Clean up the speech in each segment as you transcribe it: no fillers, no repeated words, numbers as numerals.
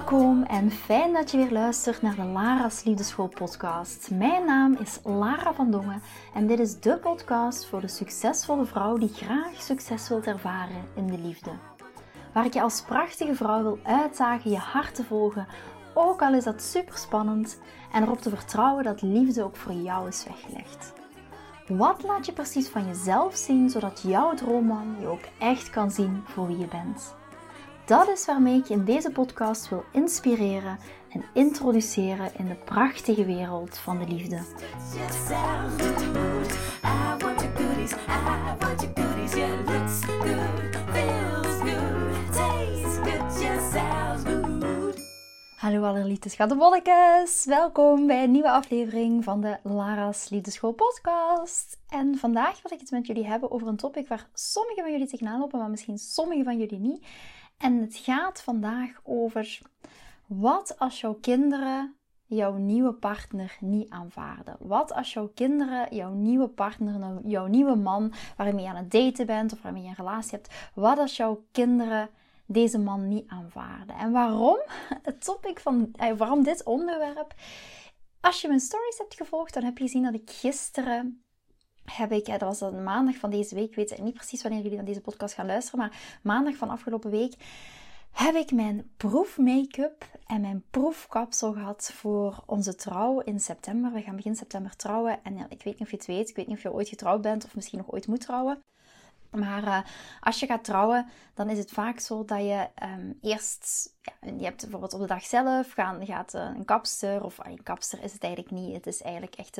Welkom en fijn dat je weer luistert naar de Lara's Liefdeschool podcast. Mijn naam is Lara van Dongen en dit is de podcast voor de succesvolle vrouw die graag succes wilt ervaren in de liefde. Waar ik je als prachtige vrouw wil uitdagen je hart te volgen, ook al is dat super spannend, en erop te vertrouwen dat liefde ook voor jou is weggelegd. Wat laat je precies van jezelf zien, zodat jouw droomman je ook echt kan zien voor wie je bent? Dat is waarmee ik je in deze podcast wil inspireren en introduceren in de prachtige wereld van de liefde. Hallo allerliefste schattenbolletjes, welkom bij een nieuwe aflevering van de Lara's Liefdeschool podcast. En vandaag wil ik het met jullie hebben over een topic waar sommigen van jullie tegenaan lopen, maar misschien sommigen van jullie niet. En het gaat vandaag over wat als jouw kinderen jouw nieuwe partner niet aanvaarden. Wat als jouw kinderen jouw nieuwe partner, jouw nieuwe man waarmee je aan het daten bent of waarmee je een relatie hebt, wat als jouw kinderen deze man niet aanvaarden? En waarom? Het topic van, waarom dit onderwerp? Als je mijn stories hebt gevolgd, dan heb je gezien dat ik gisteren dat was een maandag van deze week, ik weet niet precies wanneer jullie naar deze podcast gaan luisteren, maar maandag van afgelopen week heb ik mijn proefmake-up en mijn proefkapsel gehad voor onze trouw in september. We gaan begin september trouwen en ja, ik weet niet of je het weet, ik weet niet of je ooit getrouwd bent of misschien nog ooit moet trouwen. Maar als je gaat trouwen, dan is het vaak zo dat je eerst, je hebt bijvoorbeeld op de dag zelf, gaat een kapster, of een kapster is het eigenlijk niet. Het is eigenlijk echt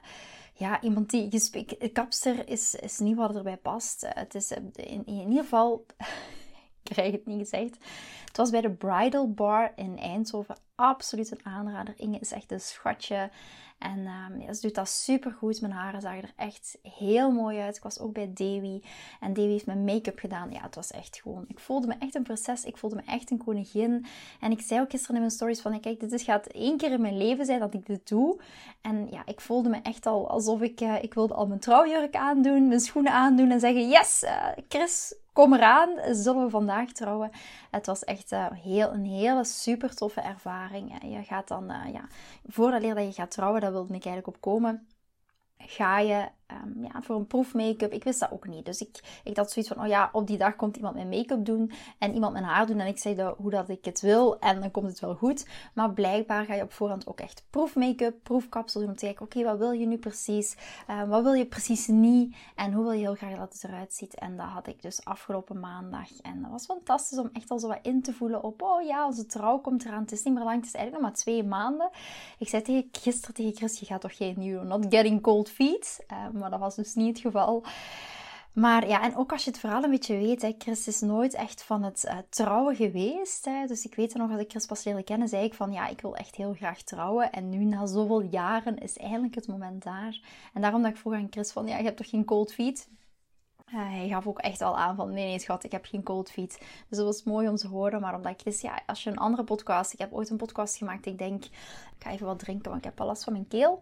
iemand die, kapster is niet wat erbij past. Het is in ieder geval, ik krijg het niet gezegd. Het was bij de Bridal Bar in Eindhoven, absoluut een aanrader. Inge is echt een schatje. En ze doet dat super goed. Mijn haren zagen er echt heel mooi uit. Ik was ook bij Dewi. En Dewi heeft mijn make-up gedaan. Ja, het was echt gewoon. Ik voelde me echt een prinses. Ik voelde me echt een koningin. En ik zei ook gisteren in mijn stories van, kijk, dit gaat 1 keer in mijn leven zijn dat ik dit doe. En ja, ik voelde me echt al alsof ik wilde al mijn trouwjurk aandoen, mijn schoenen aandoen en zeggen, yes, Chris, kom eraan, zullen we vandaag trouwen. Het was echt een hele super toffe ervaring. Je gaat dan, voordat je gaat trouwen, daar wilde ik eigenlijk op komen, ga je voor een proefmake-up. Ik wist dat ook niet. Dus ik had zoiets van, op die dag komt iemand mijn make-up doen en iemand mijn haar doen. En ik zei hoe dat ik het wil en dan komt het wel goed. Maar blijkbaar ga je op voorhand ook echt proefmake-up, proefkapsel doen om te kijken, oké, wat wil je nu precies? Wat wil je precies niet? En hoe wil je heel graag dat het eruit ziet? En dat had ik dus afgelopen maandag. En dat was fantastisch om echt al zo wat in te voelen op, onze trouw komt eraan. Het is niet meer lang, het is eigenlijk nog maar 2 maanden. Ik zei gisteren tegen Chris, je gaat toch geen you're not getting cold feet? Maar dat was dus niet het geval. Maar ja, en ook als je het verhaal een beetje weet, Chris is nooit echt van het trouwen geweest. Dus ik weet nog, als ik Chris pas leerde kennen, zei ik van, ik wil echt heel graag trouwen. En nu, na zoveel jaren, is eindelijk het moment daar. En daarom dat ik vroeg aan Chris van, je hebt toch geen cold feet? Hij gaf ook echt al aan van, nee schat, ik heb geen cold feet. Dus dat was mooi om te horen. Maar omdat Chris, als je een andere podcast, ik heb ooit een podcast gemaakt, ik denk, ik ga even wat drinken, want ik heb al last van mijn keel.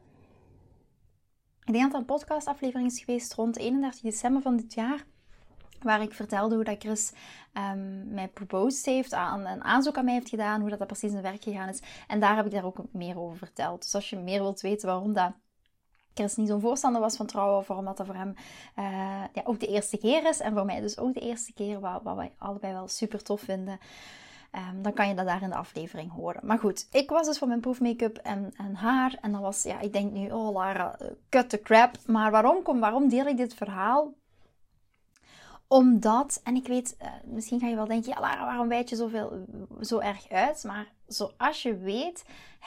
Ik denk dat er een podcastaflevering is geweest rond 31 december van dit jaar. Waar ik vertelde hoe dat Chris mij proposed heeft, een aanzoek aan mij heeft gedaan. Hoe dat precies in zijn werk gegaan is. En daar heb ik daar ook meer over verteld. Dus als je meer wilt weten waarom dat Chris niet zo'n voorstander was van trouwen. Of waarom dat voor hem ook de eerste keer is. En voor mij dus ook de eerste keer. Wat wij allebei wel super tof vinden. Dan kan je dat daar in de aflevering horen. Maar goed, ik was dus voor mijn proefmake-up en haar. En dan was, ik denk nu, Lara, cut the crap. Maar waarom deel ik dit verhaal? Omdat, en ik weet, misschien ga je wel denken, Lara, waarom wijd je zo erg uit? Maar zoals je weet,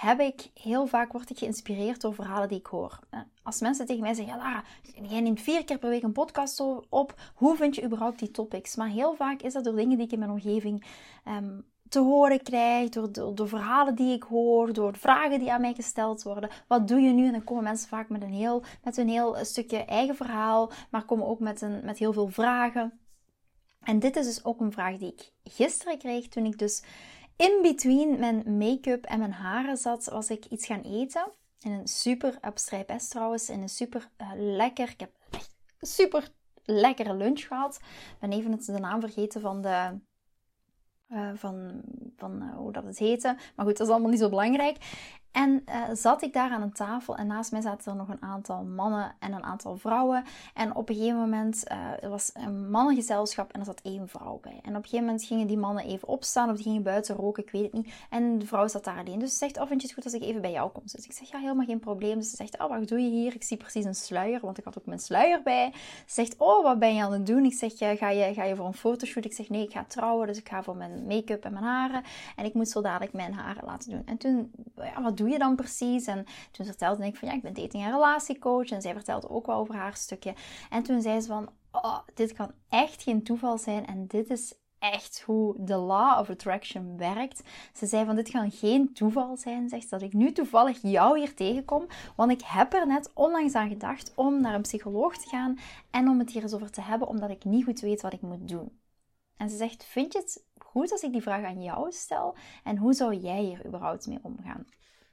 word ik geïnspireerd door verhalen die ik hoor. Als mensen tegen mij zeggen, Lara, jij neemt 4 keer per week een podcast op. Hoe vind je überhaupt die topics? Maar heel vaak is dat door dingen die ik in mijn omgeving te horen krijg, door verhalen die ik hoor, door vragen die aan mij gesteld worden. Wat doe je nu? En dan komen mensen vaak met een heel stukje eigen verhaal, maar komen ook met heel veel vragen. En dit is dus ook een vraag die ik gisteren kreeg toen ik dus in between mijn make-up en mijn haren zat, was ik iets gaan eten. In een super, op Strijpes trouwens, in een super lekker, ik heb echt super lekkere lunch gehad. Ik ben even de naam vergeten van van hoe dat het heette. Maar goed, dat is allemaal niet zo belangrijk. En zat ik daar aan een tafel en naast mij zaten er nog een aantal mannen en een aantal vrouwen. En op een gegeven moment, er was een mannengezelschap en er zat 1 vrouw bij. En op een gegeven moment gingen die mannen even opstaan of die gingen buiten roken, ik weet het niet. En de vrouw zat daar alleen. Dus ze zegt, vind je het goed als ik even bij jou kom? Dus ik zeg, ja, helemaal geen probleem. Dus ze zegt, wat doe je hier? Ik zie precies een sluier, want ik had ook mijn sluier bij. Ze zegt, wat ben je aan het doen? Ik zeg, ga je voor een fotoshoot? Ik zeg, nee, ik ga trouwen, dus ik ga voor mijn make-up en mijn haren. En ik moet zo dadelijk mijn haren laten doen. En toen, wat doe je dan precies? En toen vertelde ik van, ik ben dating- en relatiecoach. En zij vertelde ook wel over haar stukje. En toen zei ze van, dit kan echt geen toeval zijn. En dit is echt hoe de law of attraction werkt. Ze zei van, dit kan geen toeval zijn, zegt ze, dat ik nu toevallig jou hier tegenkom. Want ik heb er net onlangs aan gedacht om naar een psycholoog te gaan en om het hier eens over te hebben, omdat ik niet goed weet wat ik moet doen. En ze zegt, vind je het goed als ik die vraag aan jou stel? En hoe zou jij hier überhaupt mee omgaan?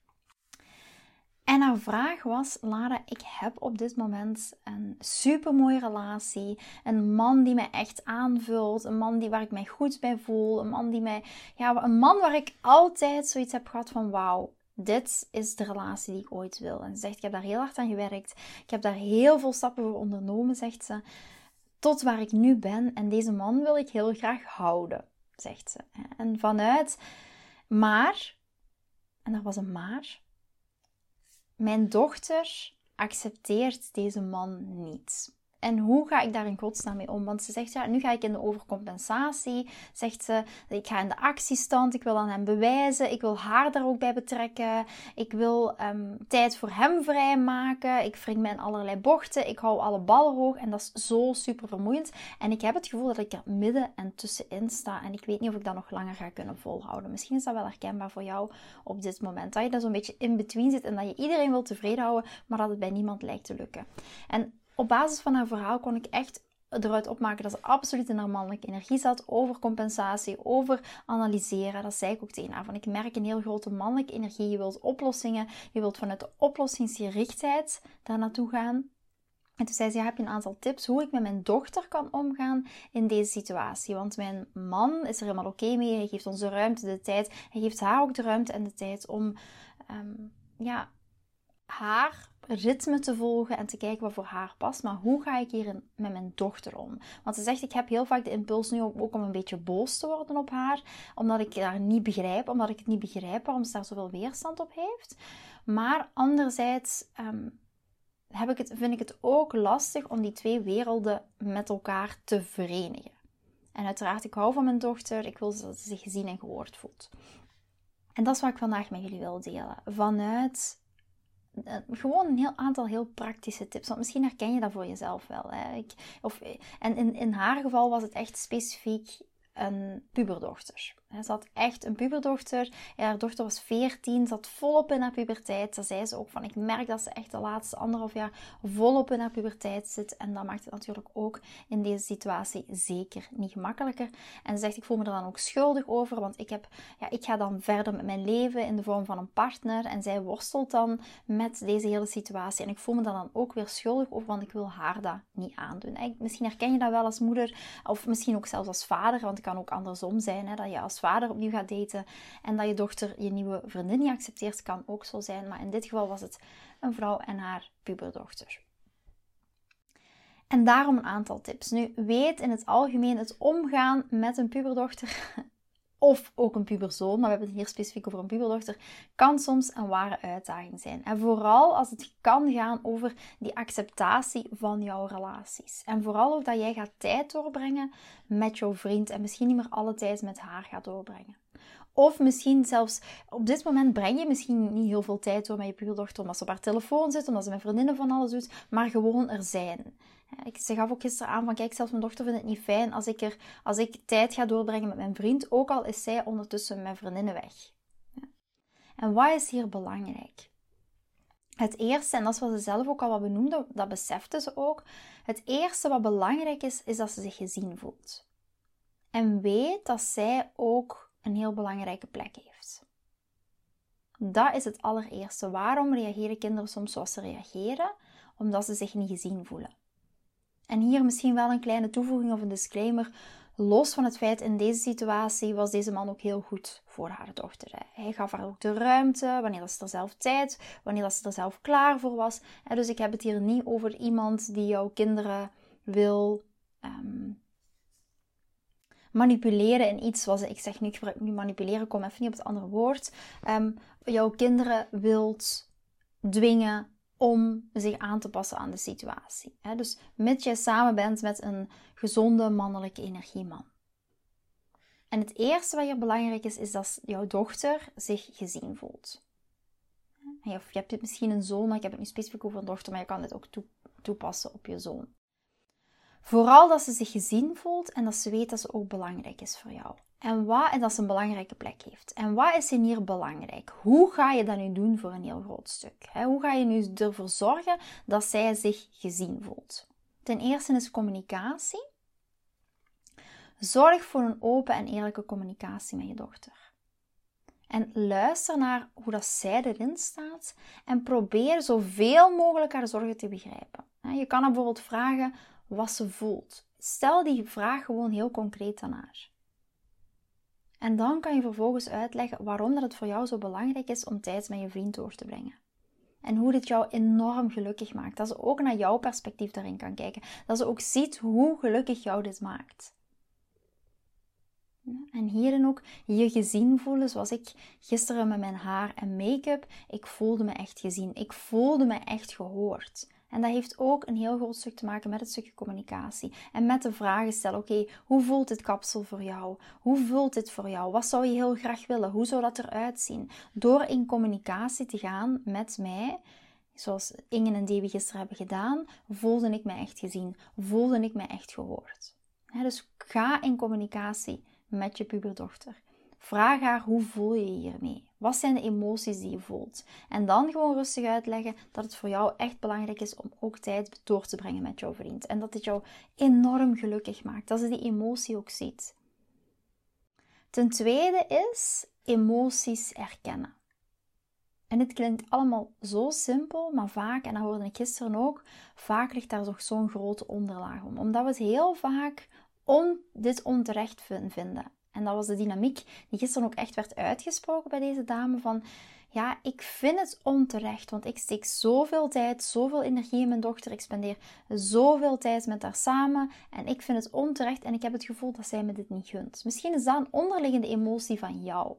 En haar vraag was, Lara, ik heb op dit moment een supermooie relatie. Een man die mij echt aanvult. Een man waar ik mij goed bij voel. Een man waar ik altijd zoiets heb gehad van, wauw, dit is de relatie die ik ooit wil. En ze zegt, ik heb daar heel hard aan gewerkt. Ik heb daar heel veel stappen voor ondernomen, zegt ze. Tot waar ik nu ben. En deze man wil ik heel graag houden, zegt ze. En vanuit, maar, en er was een maar, mijn dochter accepteert deze man niet. En hoe ga ik daar in godsnaam mee om? Want ze zegt, nu ga ik in de overcompensatie. Zegt ze, ik ga in de actiestand. Ik wil aan hem bewijzen. Ik wil haar daar ook bij betrekken. Ik wil tijd voor hem vrijmaken. Ik wring me in allerlei bochten. Ik hou alle ballen hoog. En dat is zo super vermoeiend. En ik heb het gevoel dat ik er midden en tussenin sta. En ik weet niet of ik dat nog langer ga kunnen volhouden. Misschien is dat wel herkenbaar voor jou op dit moment. Dat je daar zo'n beetje in between zit. En dat je iedereen wil tevreden houden. Maar dat het bij niemand lijkt te lukken. En op basis van haar verhaal kon ik echt eruit opmaken dat ze absoluut in haar mannelijke energie zat. Over compensatie, over analyseren. Dat zei ik ook tegen haar. Van, ik merk een heel grote mannelijke energie. Je wilt oplossingen. Je wilt vanuit de oplossingsgerichtheid daar naartoe gaan. En toen zei ze, heb je een aantal tips hoe ik met mijn dochter kan omgaan in deze situatie. Want mijn man is er helemaal oké mee. Hij geeft ons de ruimte, de tijd. Hij geeft haar ook de ruimte en de tijd om haar ritme te volgen en te kijken wat voor haar past. Maar hoe ga ik hier met mijn dochter om? Want ze zegt, ik heb heel vaak de impuls nu ook om een beetje boos te worden op haar. Omdat ik haar niet begrijp. Omdat ik het niet begrijp waarom ze daar zoveel weerstand op heeft. Maar anderzijds vind ik het ook lastig om die 2 werelden met elkaar te verenigen. En uiteraard, ik hou van mijn dochter. Ik wil dat ze zich gezien en gehoord voelt. En dat is wat ik vandaag met jullie wil delen. Vanuit gewoon een heel aantal heel praktische tips. Want misschien herken je dat voor jezelf wel. Hè? En in haar geval was het echt specifiek een puberdochter. Ze had echt een puberdochter. Haar dochter was 14, zat volop in haar puberteit. Daar zei ze ook van, ik merk dat ze echt de laatste 1,5 jaar volop in haar puberteit zit. En dat maakt het natuurlijk ook in deze situatie zeker niet gemakkelijker. En ze zegt, ik voel me er dan ook schuldig over. Want ik ga dan verder met mijn leven in de vorm van een partner. En zij worstelt dan met deze hele situatie. En ik voel me daar dan ook weer schuldig over, want ik wil haar dat niet aandoen. Misschien herken je dat wel als moeder. Of misschien ook zelfs als vader. Want het kan ook andersom zijn, hè, dat je als vader opnieuw gaat daten en dat je dochter je nieuwe vriendin niet accepteert, kan ook zo zijn. Maar in dit geval was het een vrouw en haar puberdochter. En daarom een aantal tips. Nu, weet in het algemeen het omgaan met een puberdochter of ook een puberzoon, maar we hebben het hier specifiek over een puberdochter, kan soms een ware uitdaging zijn. En vooral als het kan gaan over die acceptatie van jouw relaties. En vooral ook dat jij gaat tijd doorbrengen met jouw vriend en misschien niet meer alle tijd met haar gaat doorbrengen. Of misschien zelfs, op dit moment breng je misschien niet heel veel tijd door met je puberdochter, omdat ze op haar telefoon zit, omdat ze met vriendinnen van alles doet, maar gewoon er zijn. Ze gaf ook gisteren aan van, kijk, zelfs mijn dochter vindt het niet fijn als ik tijd ga doorbrengen met mijn vriend, ook al is zij ondertussen met vriendinnen weg. En wat is hier belangrijk? Het eerste, en dat is wat ze zelf ook al wat benoemde, dat besefte ze ook. Het eerste wat belangrijk is dat ze zich gezien voelt. En weet dat zij ook een heel belangrijke plek heeft. Dat is het allereerste. Waarom reageren kinderen soms zoals ze reageren? Omdat ze zich niet gezien voelen. En hier misschien wel een kleine toevoeging of een disclaimer. los van het feit, in deze situatie was deze man ook heel goed voor haar dochter. Hij gaf haar ook de ruimte, wanneer dat ze er zelf tijd, wanneer dat ze er zelf klaar voor was. Dus ik heb het hier niet over iemand die jouw kinderen wil manipuleren in iets wat ik zeg nu, ik gebruik nu manipuleren, kom even niet op het andere woord. Jouw kinderen wilt dwingen om zich aan te passen aan de situatie. Dus mits jij samen bent met een gezonde mannelijke energieman. En het eerste wat hier belangrijk is dat jouw dochter zich gezien voelt. Je hebt misschien een zoon, maar ik heb het nu specifiek over een dochter, maar je kan dit ook toepassen op je zoon. Vooral dat ze zich gezien voelt en dat ze weet dat ze ook belangrijk is voor jou. En dat ze een belangrijke plek heeft. En wat is hier belangrijk? Hoe ga je dat nu doen voor een heel groot stuk? Hoe ga je nu ervoor zorgen dat zij zich gezien voelt? Ten eerste is communicatie. Zorg voor een open en eerlijke communicatie met je dochter. En luister naar hoe dat zij erin staat. En probeer zoveel mogelijk haar zorgen te begrijpen. Je kan haar bijvoorbeeld vragen wat ze voelt. Stel die vraag gewoon heel concreet aan haar. En dan kan je vervolgens uitleggen waarom dat het voor jou zo belangrijk is om tijd met je vriend door te brengen. En hoe dit jou enorm gelukkig maakt. Dat ze ook naar jouw perspectief daarin kan kijken. Dat ze ook ziet hoe gelukkig jou dit maakt. En hierin ook je gezien voelen, zoals ik gisteren met mijn haar en make-up. Ik voelde me echt gezien. Ik voelde me echt gehoord. En dat heeft ook een heel groot stuk te maken met het stukje communicatie. En met de vragen stellen, oké, hoe voelt dit kapsel voor jou? Hoe voelt dit voor jou? Wat zou je heel graag willen? Hoe zou dat eruit zien? Door in communicatie te gaan met mij, zoals Inge en Debbie gisteren hebben gedaan, voelde ik me echt gezien. Voelde ik me echt gehoord. Dus ga in communicatie met je puberdochter. Vraag haar, hoe voel je je hiermee? Wat zijn de emoties die je voelt? En dan gewoon rustig uitleggen dat het voor jou echt belangrijk is om ook tijd door te brengen met jouw vriend. En dat dit jou enorm gelukkig maakt. Dat ze die emotie ook ziet. Ten tweede is emoties erkennen. En dit klinkt allemaal zo simpel, maar vaak, en dat hoorde ik gisteren ook, vaak ligt daar toch zo'n grote onderlaag om. Omdat we het heel vaak dit onterecht vinden. En dat was de dynamiek die gisteren ook echt werd uitgesproken bij deze dame van, ja, ik vind het onterecht, want ik steek zoveel tijd, zoveel energie in mijn dochter, ik spendeer zoveel tijd met haar samen en ik vind het onterecht en ik heb het gevoel dat zij me dit niet gunt. Misschien is dat een onderliggende emotie van jou.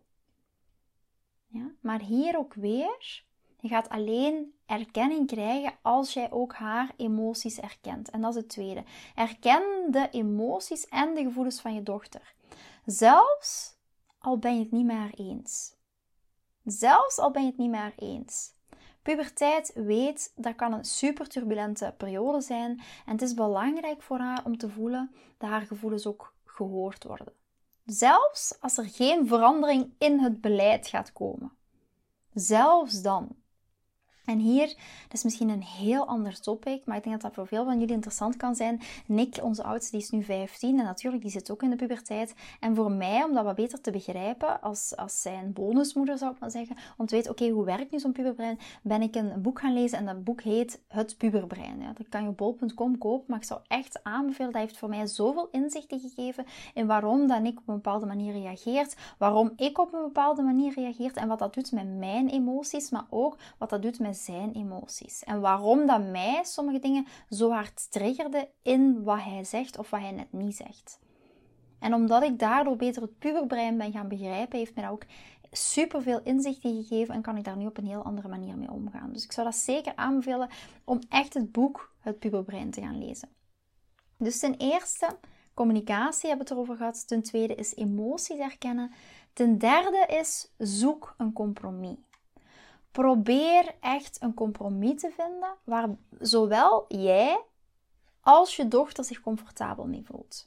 Ja? Maar hier ook weer, je gaat alleen erkenning krijgen als jij ook haar emoties erkent. En dat is het tweede. Erken de emoties en de gevoelens van je dochter. Zelfs al ben je het niet met haar eens. Zelfs al ben je het niet met haar eens. Puberteit, weet, dat kan een super turbulente periode zijn. En het is belangrijk voor haar om te voelen dat haar gevoelens ook gehoord worden. Zelfs als er geen verandering in het beleid gaat komen. Zelfs dan. En hier, dat is misschien een heel ander topic, maar ik denk dat dat voor veel van jullie interessant kan zijn. Nick, onze oudste, die is nu 15 en natuurlijk, die zit ook in de puberteit. En voor mij, om dat wat beter te begrijpen, als zijn bonusmoeder zou ik maar zeggen, om te weten, oké, hoe werkt nu zo'n puberbrein, ben ik een boek gaan lezen en dat boek heet Het Puberbrein. Ja, dat kan je op bol.com kopen, maar ik zou echt aanbevelen, dat heeft voor mij zoveel inzichten gegeven in waarom dat Nick op een bepaalde manier reageert, waarom ik op een bepaalde manier reageert en wat dat doet met mijn emoties, maar ook wat dat doet met zijn emoties. En waarom dat mij sommige dingen zo hard triggerde in wat hij zegt of wat hij net niet zegt. En omdat ik daardoor beter het puberbrein ben gaan begrijpen, heeft mij dat ook superveel inzichten gegeven en kan ik daar nu op een heel andere manier mee omgaan. Dus ik zou dat zeker aanbevelen om echt het boek Het Puberbrein te gaan lezen. Dus ten eerste, communicatie hebben we het erover gehad. Ten tweede is emoties herkennen. Ten derde is zoek een compromis. Probeer echt een compromis te vinden waar zowel jij als je dochter zich comfortabel mee voelt.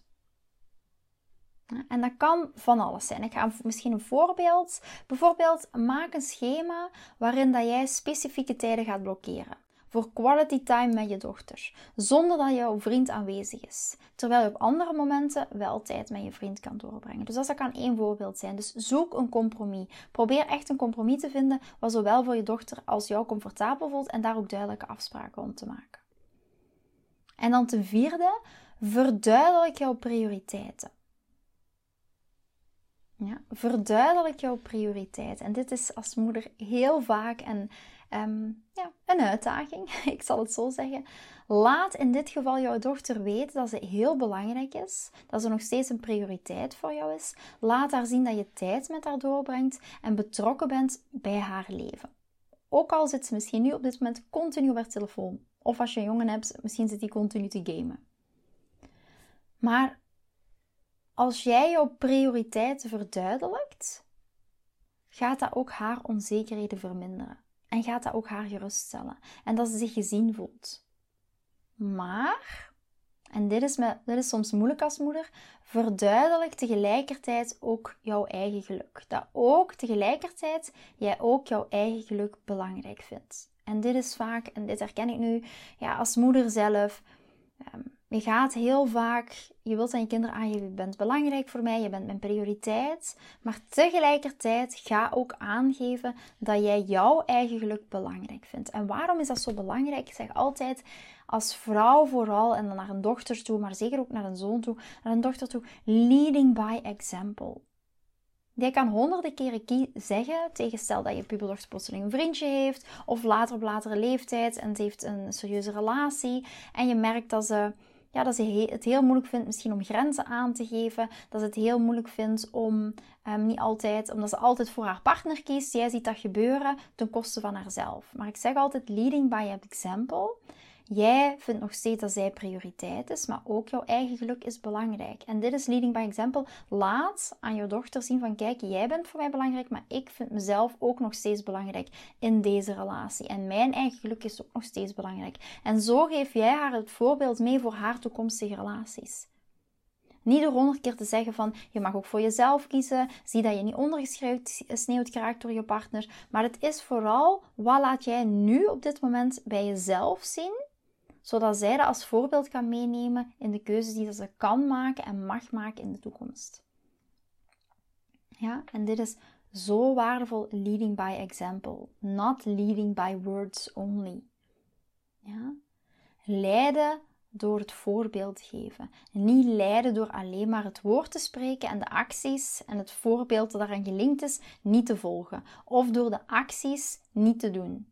En dat kan van alles zijn. Ik ga misschien een voorbeeld. Bijvoorbeeld, maak een schema waarin dat jij specifieke tijden gaat blokkeren. Voor quality time met je dochter. Zonder dat jouw vriend aanwezig is. Terwijl je op andere momenten wel tijd met je vriend kan doorbrengen. Dus dat kan één voorbeeld zijn. Dus zoek een compromis. Probeer echt een compromis te vinden wat zowel voor je dochter als jou comfortabel voelt. En daar ook duidelijke afspraken om te maken. En dan ten vierde, verduidelijk jouw prioriteiten. Ja, verduidelijk jouw prioriteit. En dit is als moeder heel vaak een uitdaging. Ik zal het zo zeggen. Laat in dit geval jouw dochter weten dat ze heel belangrijk is. Dat ze nog steeds een prioriteit voor jou is. Laat haar zien dat je tijd met haar doorbrengt en betrokken bent bij haar leven. Ook al zit ze misschien nu op dit moment continu op haar telefoon. Of als je een jongen hebt, misschien zit hij continu te gamen. Maar als jij jouw prioriteiten verduidelijkt, gaat dat ook haar onzekerheden verminderen. En gaat dat ook haar geruststellen. En dat ze zich gezien voelt. Maar, en dit is soms moeilijk als moeder, verduidelijk tegelijkertijd ook jouw eigen geluk. Dat ook tegelijkertijd jij ook jouw eigen geluk belangrijk vindt. En dit is vaak, en dit herken ik nu, als moeder zelf. Je gaat heel vaak, je wilt aan je kinderen aangeven, je bent belangrijk voor mij, je bent mijn prioriteit. Maar tegelijkertijd ga ook aangeven dat jij jouw eigen geluk belangrijk vindt. En waarom is dat zo belangrijk? Ik zeg altijd, als vrouw vooral, en dan naar een dochter toe, maar zeker ook naar een zoon toe, naar een dochter toe, leading by example. Jij kan honderden keren zeggen, tegenstel dat je puberdochter plotseling een vriendje heeft, of later op latere leeftijd en het heeft een serieuze relatie, en je merkt dat ze het heel moeilijk vindt misschien om grenzen aan te geven, dat ze het heel moeilijk vindt om omdat ze altijd voor haar partner kiest. Jij ziet dat gebeuren ten koste van haarzelf. Maar ik zeg altijd, leading by example. Jij vindt nog steeds dat zij prioriteit is, maar ook jouw eigen geluk is belangrijk. En dit is leading by example. Laat aan je dochter zien van, kijk, jij bent voor mij belangrijk, maar ik vind mezelf ook nog steeds belangrijk in deze relatie. En mijn eigen geluk is ook nog steeds belangrijk. En zo geef jij haar het voorbeeld mee voor haar toekomstige relaties. Niet door 100 keer te zeggen van, je mag ook voor jezelf kiezen. Zie dat je niet ondergesneeuwd geraakt door je partner. Maar het is vooral, wat laat jij nu op dit moment bij jezelf zien, zodat zij dat als voorbeeld kan meenemen in de keuzes die ze kan maken en mag maken in de toekomst. Ja, en dit is zo waardevol, leading by example. Not leading by words only. Ja? Leiden door het voorbeeld geven. Niet leiden door alleen maar het woord te spreken en de acties en het voorbeeld dat daaraan gelinkt is, niet te volgen. Of door de acties niet te doen.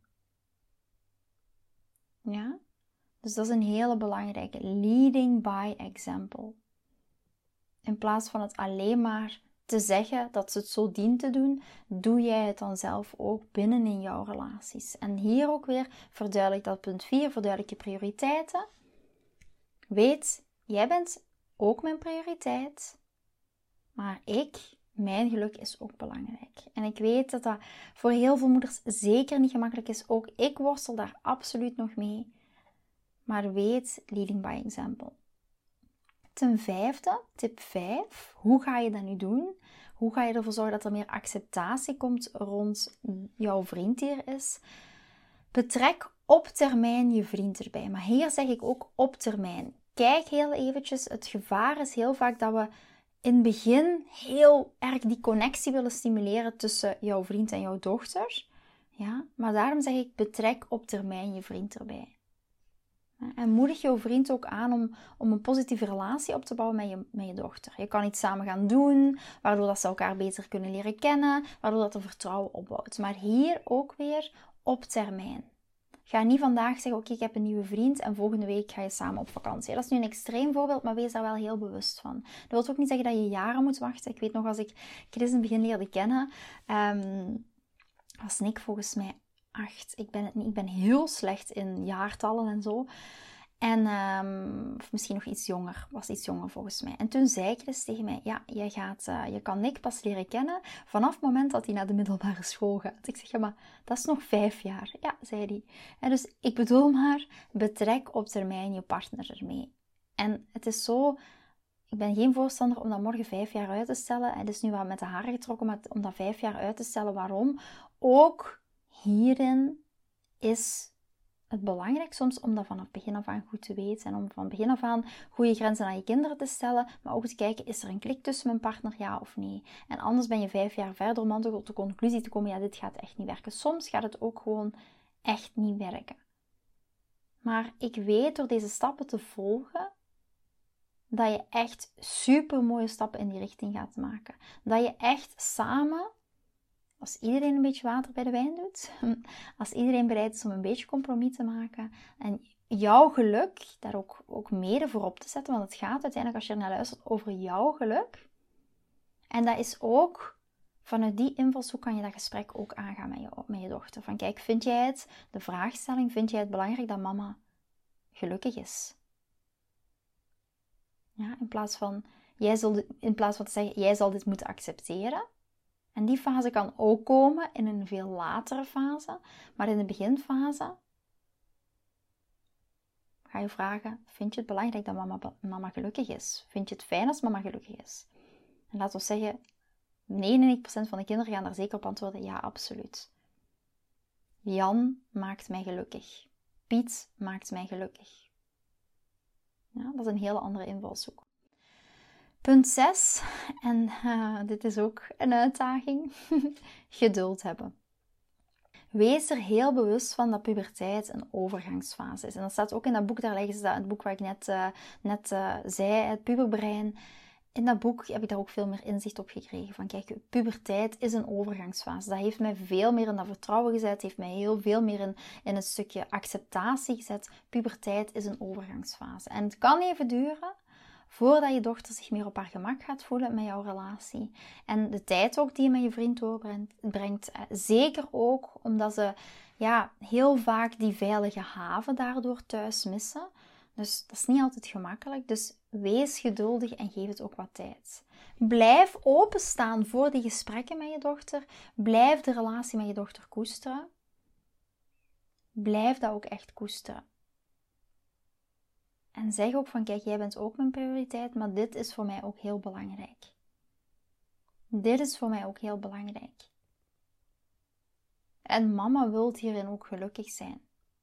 Ja? Dus dat is een hele belangrijke. Leading by example. In plaats van het alleen maar te zeggen dat ze het zo dient te doen, doe jij het dan zelf ook binnen in jouw relaties. En hier ook weer verduidelijk dat punt 4, verduidelijk je prioriteiten. Weet, jij bent ook mijn prioriteit, maar mijn geluk is ook belangrijk. En ik weet dat dat voor heel veel moeders zeker niet gemakkelijk is. Ook ik worstel daar absoluut nog mee. Maar weet, leading by example. Ten vijfde, tip 5. Hoe ga je dat nu doen? Hoe ga je ervoor zorgen dat er meer acceptatie komt rond jouw vriend die er is? Betrek op termijn je vriend erbij. Maar hier zeg ik ook op termijn. Kijk heel eventjes, het gevaar is heel vaak dat we in het begin heel erg die connectie willen stimuleren tussen jouw vriend en jouw dochter. Ja? Maar daarom zeg ik, betrek op termijn je vriend erbij. En moedig jouw vriend ook aan om een positieve relatie op te bouwen met je dochter. Je kan iets samen gaan doen, waardoor dat ze elkaar beter kunnen leren kennen, waardoor dat er vertrouwen opbouwt. Maar hier ook weer op termijn. Ga niet vandaag zeggen, oké, ik heb een nieuwe vriend en volgende week ga je samen op vakantie. Dat is nu een extreem voorbeeld, maar wees daar wel heel bewust van. Dat wil ook niet zeggen dat je jaren moet wachten. Ik weet nog, als ik Chris in het begin leerde kennen, was Nick volgens mij 8. Ik ben heel slecht in jaartallen en zo. En of misschien nog iets jonger. Was iets jonger volgens mij. En toen zei Chris tegen mij, ja, je kan Nick pas leren kennen vanaf het moment dat hij naar de middelbare school gaat. Ik zeg, ja, maar dat is nog 5 jaar. Ja, zei hij. En dus ik bedoel maar, betrek op termijn je partner ermee. En het is zo, ik ben geen voorstander om dat morgen 5 jaar uit te stellen. Het is nu wel met de haren getrokken, maar om dat 5 jaar uit te stellen. Waarom? Ook hierin is het belangrijk soms om dat vanaf begin af aan goed te weten. En om van begin af aan goede grenzen aan je kinderen te stellen. Maar ook te kijken, is er een klik tussen mijn partner, ja of nee? En anders ben je 5 jaar verder om dan tot de conclusie te komen, ja, dit gaat echt niet werken. Soms gaat het ook gewoon echt niet werken. Maar ik weet door deze stappen te volgen, dat je echt super mooie stappen in die richting gaat maken. Dat je echt samen, als iedereen een beetje water bij de wijn doet, als iedereen bereid is om een beetje compromis te maken en jouw geluk daar ook mede voor op te zetten, want het gaat uiteindelijk, als je er naar luistert, over jouw geluk. En dat is ook, vanuit die invalshoek kan je dat gesprek ook aangaan met je dochter. Van kijk, vind jij het, de vraagstelling, vind jij het belangrijk dat mama gelukkig is? Ja, in plaats van te zeggen, jij zal dit moeten accepteren. En die fase kan ook komen in een veel latere fase. Maar in de beginfase ga je vragen, vind je het belangrijk dat mama gelukkig is? Vind je het fijn als mama gelukkig is? En laten we zeggen, 99% van de kinderen gaan daar zeker op antwoorden, ja, absoluut. Jan maakt mij gelukkig. Piet maakt mij gelukkig. Ja, dat is een hele andere invalshoek. Punt 6, en dit is ook een uitdaging, geduld hebben. Wees er heel bewust van dat puberteit een overgangsfase is. En dat staat ook in dat boek, daar leggen ze dat, het boek waar ik net zei, het puberbrein. In dat boek heb ik daar ook veel meer inzicht op gekregen. Van kijk, puberteit is een overgangsfase. Dat heeft mij veel meer in dat vertrouwen gezet. Heeft mij heel veel meer in het stukje acceptatie gezet. Puberteit is een overgangsfase. En het kan even duren voordat je dochter zich meer op haar gemak gaat voelen met jouw relatie. En de tijd ook die je met je vriend doorbrengt. Zeker ook omdat ze heel vaak die veilige haven daardoor thuis missen. Dus dat is niet altijd gemakkelijk. Dus wees geduldig en geef het ook wat tijd. Blijf openstaan voor die gesprekken met je dochter. Blijf de relatie met je dochter koesteren. Blijf dat ook echt koesteren. En zeg ook van, kijk, jij bent ook mijn prioriteit, maar dit is voor mij ook heel belangrijk. Dit is voor mij ook heel belangrijk. En mama wil hierin ook gelukkig zijn.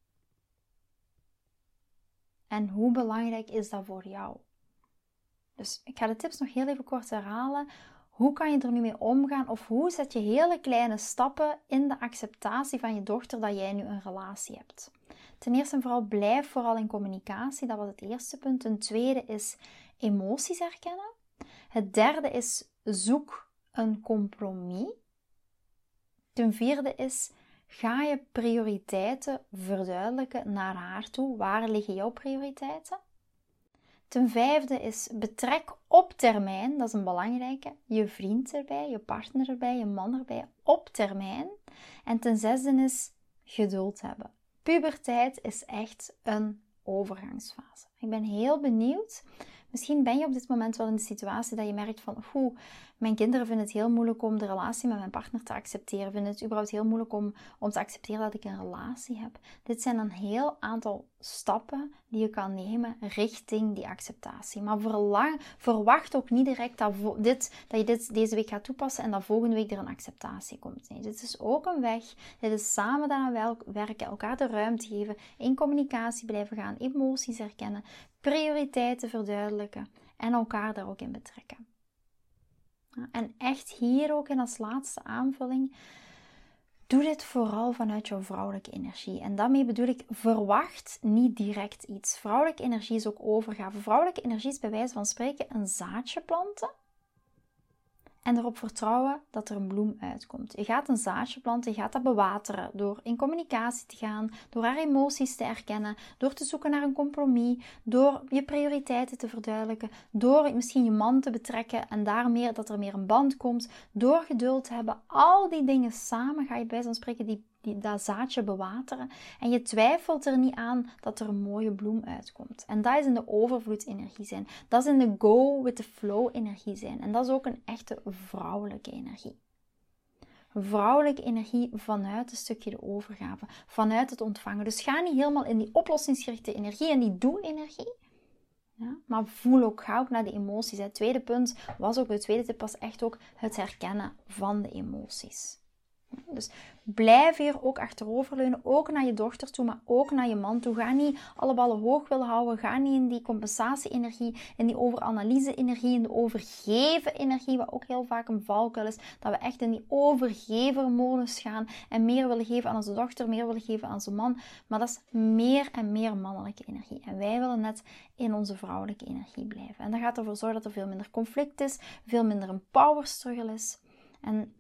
En hoe belangrijk is dat voor jou? Dus ik ga de tips nog heel even kort herhalen. Hoe kan je er nu mee omgaan? Of hoe zet je hele kleine stappen in de acceptatie van je dochter dat jij nu een relatie hebt? Ten eerste en vooral, blijf vooral in communicatie. Dat was het eerste punt. Ten tweede is emoties herkennen. Het derde is, zoek een compromis. Ten vierde is, ga je prioriteiten verduidelijken naar haar toe. Waar liggen jouw prioriteiten? Ten vijfde is, betrek op termijn, dat is een belangrijke, je vriend erbij, je partner erbij, je man erbij, op termijn. En ten zesde is, geduld hebben. Puberteit is echt een overgangsfase. Ik ben heel benieuwd. Misschien ben je op dit moment wel in de situatie dat je merkt van, mijn kinderen vinden het heel moeilijk om de relatie met mijn partner te accepteren. Vinden het überhaupt heel moeilijk om te accepteren dat ik een relatie heb. Dit zijn een heel aantal stappen die je kan nemen richting die acceptatie. Maar verwacht ook niet direct dat je dit deze week gaat toepassen en dat volgende week er een acceptatie komt. Nee, dit is ook een weg. Dit is samen daaraan werken, elkaar de ruimte geven, in communicatie blijven gaan, emoties herkennen, prioriteiten verduidelijken en elkaar daar ook in betrekken. En echt hier ook in als laatste aanvulling, doe dit vooral vanuit jouw vrouwelijke energie. En daarmee bedoel ik, verwacht niet direct iets. Vrouwelijke energie is ook overgave. Vrouwelijke energie is bij wijze van spreken een zaadje planten en erop vertrouwen dat er een bloem uitkomt. Je gaat een zaadje planten, je gaat dat bewateren door in communicatie te gaan, door haar emoties te erkennen, door te zoeken naar een compromis, door je prioriteiten te verduidelijken, door misschien je man te betrekken en daarmee dat er meer een band komt, door geduld te hebben. Al die dingen samen ga je bij wijze van spreken dat zaadje bewateren en je twijfelt er niet aan dat er een mooie bloem uitkomt. En dat is in de overvloed energie zijn. Dat is in de go with the flow energie zijn. En dat is ook een echte vrouwelijke energie. Vrouwelijke energie vanuit een stukje de overgave, vanuit het ontvangen. Dus ga niet helemaal in die oplossingsgerichte energie en die doe-energie. Ja, maar ga ook naar de emoties. Het tweede punt was ook, de tweede tip was echt ook het herkennen van de emoties. Dus blijf hier ook achteroverleunen, ook naar je dochter toe, maar ook naar je man toe. Ga niet alle ballen hoog willen houden. Ga niet in die compensatie-energie, in die overanalyse-energie, in de overgeven-energie, wat ook heel vaak een valkuil is. Dat we echt in die overgever-modus gaan en meer willen geven aan onze dochter, meer willen geven aan onze man. Maar dat is meer en meer mannelijke energie. En wij willen net in onze vrouwelijke energie blijven. En dat gaat ervoor zorgen dat er veel minder conflict is, veel minder een power struggle is. En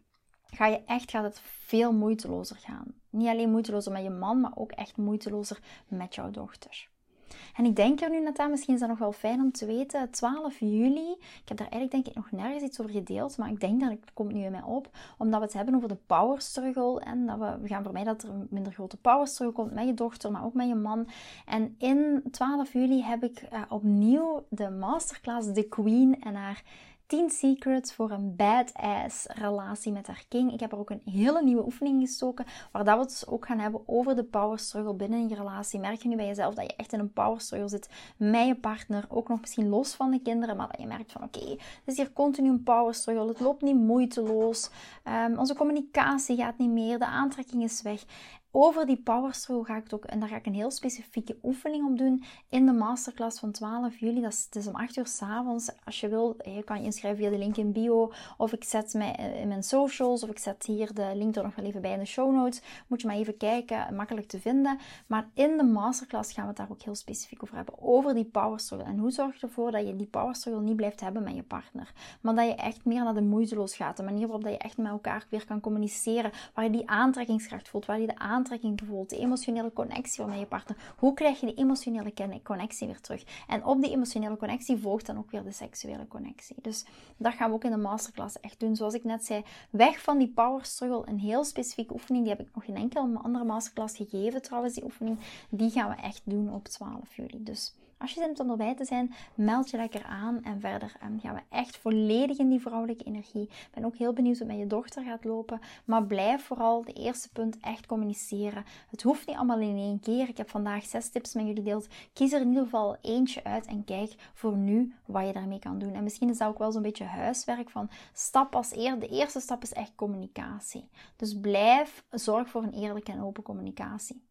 gaat het veel moeitelozer gaan. Niet alleen moeitelozer met je man, maar ook echt moeitelozer met jouw dochter. En ik denk er nu net aan, misschien is dat nog wel fijn om te weten, 12 juli, ik heb daar eigenlijk denk ik nog nergens iets over gedeeld, maar ik denk dat het komt nu in mij op, omdat we het hebben over de power struggle en dat we gaan vermijden dat er een minder grote power struggle komt met je dochter, maar ook met je man. En in 12 juli heb ik opnieuw de masterclass The Queen en haar 10 secrets voor een badass relatie met haar king. Ik heb er ook een hele nieuwe oefening in gestoken, waar dat we het dus ook gaan hebben over de power struggle binnen je relatie. Merk je nu bij jezelf dat je echt in een power struggle zit met je partner, ook nog misschien los van de kinderen, maar dat je merkt van oké, het is hier continu een power struggle, het loopt niet moeiteloos, onze communicatie gaat niet meer, de aantrekking is weg. Over die power struggle ga ik het ook, en daar ga ik een heel specifieke oefening op doen in de masterclass van 12 juli. Het is om 8 uur 's avonds. Als je wil, je kan je inschrijven via de link in bio, of ik zet mij in mijn socials, of ik zet hier de link er nog wel even bij in de show notes. Moet je maar even kijken, makkelijk te vinden. Maar in de masterclass gaan we het daar ook heel specifiek over hebben, over die power struggle. En hoe zorg je ervoor dat je die power struggle niet blijft hebben met je partner, maar dat je echt meer naar de moeiteloos gaat. De manier waarop dat je echt met elkaar weer kan communiceren, waar je die aantrekkingskracht voelt, waar je de aantrekking voelt, de emotionele connectie met je partner. Hoe krijg je die emotionele connectie weer terug? En op die emotionele connectie volgt dan ook weer de seksuele connectie. Dus dat gaan we ook in de masterclass echt doen. Zoals ik net zei, weg van die power struggle, een heel specifieke oefening. Die heb ik nog in enkele andere masterclass gegeven trouwens, die oefening. Die gaan we echt doen op 12 juli. Dus als je zin hebt om erbij te zijn, meld je lekker aan. En verder gaan we echt volledig in die vrouwelijke energie. Ik ben ook heel benieuwd hoe het met je dochter gaat lopen. Maar blijf vooral, de eerste punt, echt communiceren. Het hoeft niet allemaal in één keer. Ik heb vandaag 6 tips met jullie gedeeld. Kies er in ieder geval eentje uit en kijk voor nu wat je daarmee kan doen. En misschien is dat ook wel zo'n beetje huiswerk van stap als de eerste stap is echt communicatie. Dus zorg voor een eerlijke en open communicatie.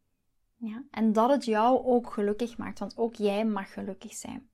Ja, en dat het jou ook gelukkig maakt, want ook jij mag gelukkig zijn.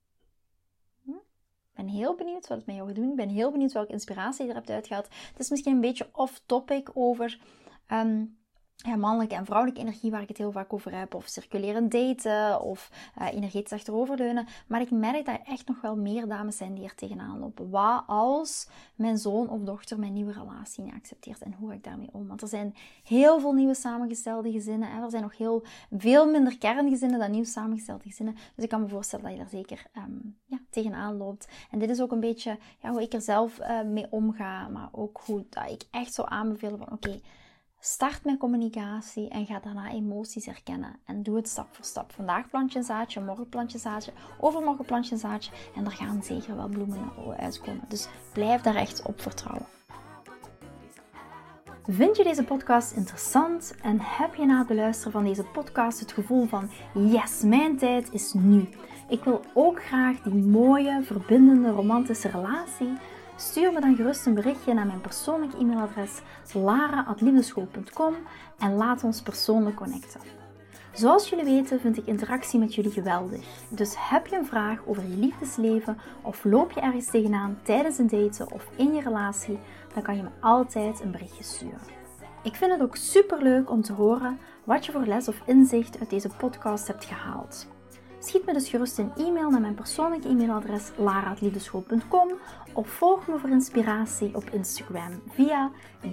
Ik ben heel benieuwd wat het met jou gaat doen. Ik ben heel benieuwd welke inspiratie je er hebt uitgehaald. Het is misschien een beetje off-topic over mannelijke en vrouwelijke energie, waar ik het heel vaak over heb. Of circulerend daten, of energetisch achteroverleunen. Maar ik merk dat er echt nog wel meer dames zijn die er tegenaan lopen. Wat als mijn zoon of dochter mijn nieuwe relatie niet accepteert? En hoe ga ik daarmee om? Want er zijn heel veel nieuwe samengestelde gezinnen. En er zijn nog veel minder kerngezinnen dan nieuw samengestelde gezinnen. Dus ik kan me voorstellen dat je daar zeker tegenaan loopt. En dit is ook een beetje hoe ik er zelf mee omga. Maar ook hoe dat ik echt zou aanbevelen van oké, start met communicatie en ga daarna emoties herkennen. En doe het stap voor stap. Vandaag plant je een zaadje, morgen plant je een zaadje, overmorgen plant je een zaadje. En er gaan zeker wel bloemen uitkomen. Dus blijf daar echt op vertrouwen. Vind je deze podcast interessant en heb je na het beluisteren van deze podcast het gevoel van yes, mijn tijd is nu. Ik wil ook graag die mooie, verbindende, romantische relatie. Stuur me dan gerust een berichtje naar mijn persoonlijk e-mailadres lara@liefdeschool.com en laat ons persoonlijk connecten. Zoals jullie weten vind ik interactie met jullie geweldig. Dus heb je een vraag over je liefdesleven of loop je ergens tegenaan tijdens een daten of in je relatie, dan kan je me altijd een berichtje sturen. Ik vind het ook superleuk om te horen wat je voor les of inzicht uit deze podcast hebt gehaald. Schiet me dus gerust een e-mail naar mijn persoonlijke e-mailadres lara@liefdeschool.com of volg me voor inspiratie op Instagram via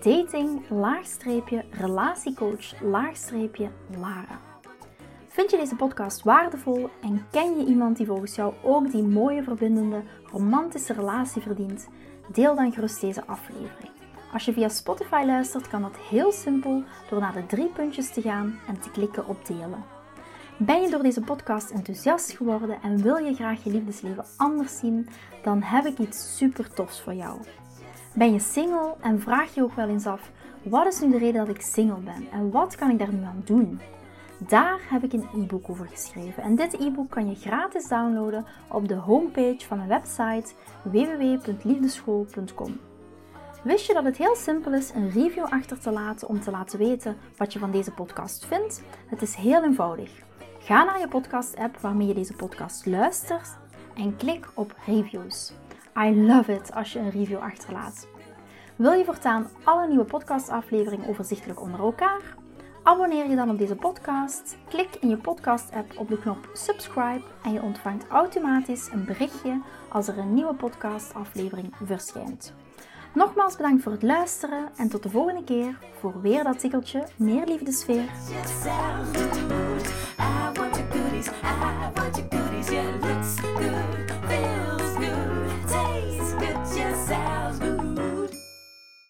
dating-relatiecoach-lara. Vind je deze podcast waardevol en ken je iemand die volgens jou ook die mooie, verbindende, romantische relatie verdient? Deel dan gerust deze aflevering. Als je via Spotify luistert, kan dat heel simpel door naar de 3 puntjes te gaan en te klikken op delen. Ben je door deze podcast enthousiast geworden en wil je graag je liefdesleven anders zien, dan heb ik iets super tofs voor jou. Ben je single en vraag je ook wel eens af, wat is nu de reden dat ik single ben en wat kan ik daar nu aan doen? Daar heb ik een e-book over geschreven en dit e-book kan je gratis downloaden op de homepage van mijn website www.liefdeschool.com. Wist je dat het heel simpel is een review achter te laten om te laten weten wat je van deze podcast vindt? Het is heel eenvoudig. Ga naar je podcast-app waarmee je deze podcast luistert en klik op reviews. I love it als je een review achterlaat. Wil je voortaan alle nieuwe podcastafleveringen overzichtelijk onder elkaar? Abonneer je dan op deze podcast, klik in je podcast-app op de knop subscribe en je ontvangt automatisch een berichtje als er een nieuwe podcastaflevering verschijnt. Nogmaals bedankt voor het luisteren en tot de volgende keer voor weer dat tikkeltje meer liefdesfeer.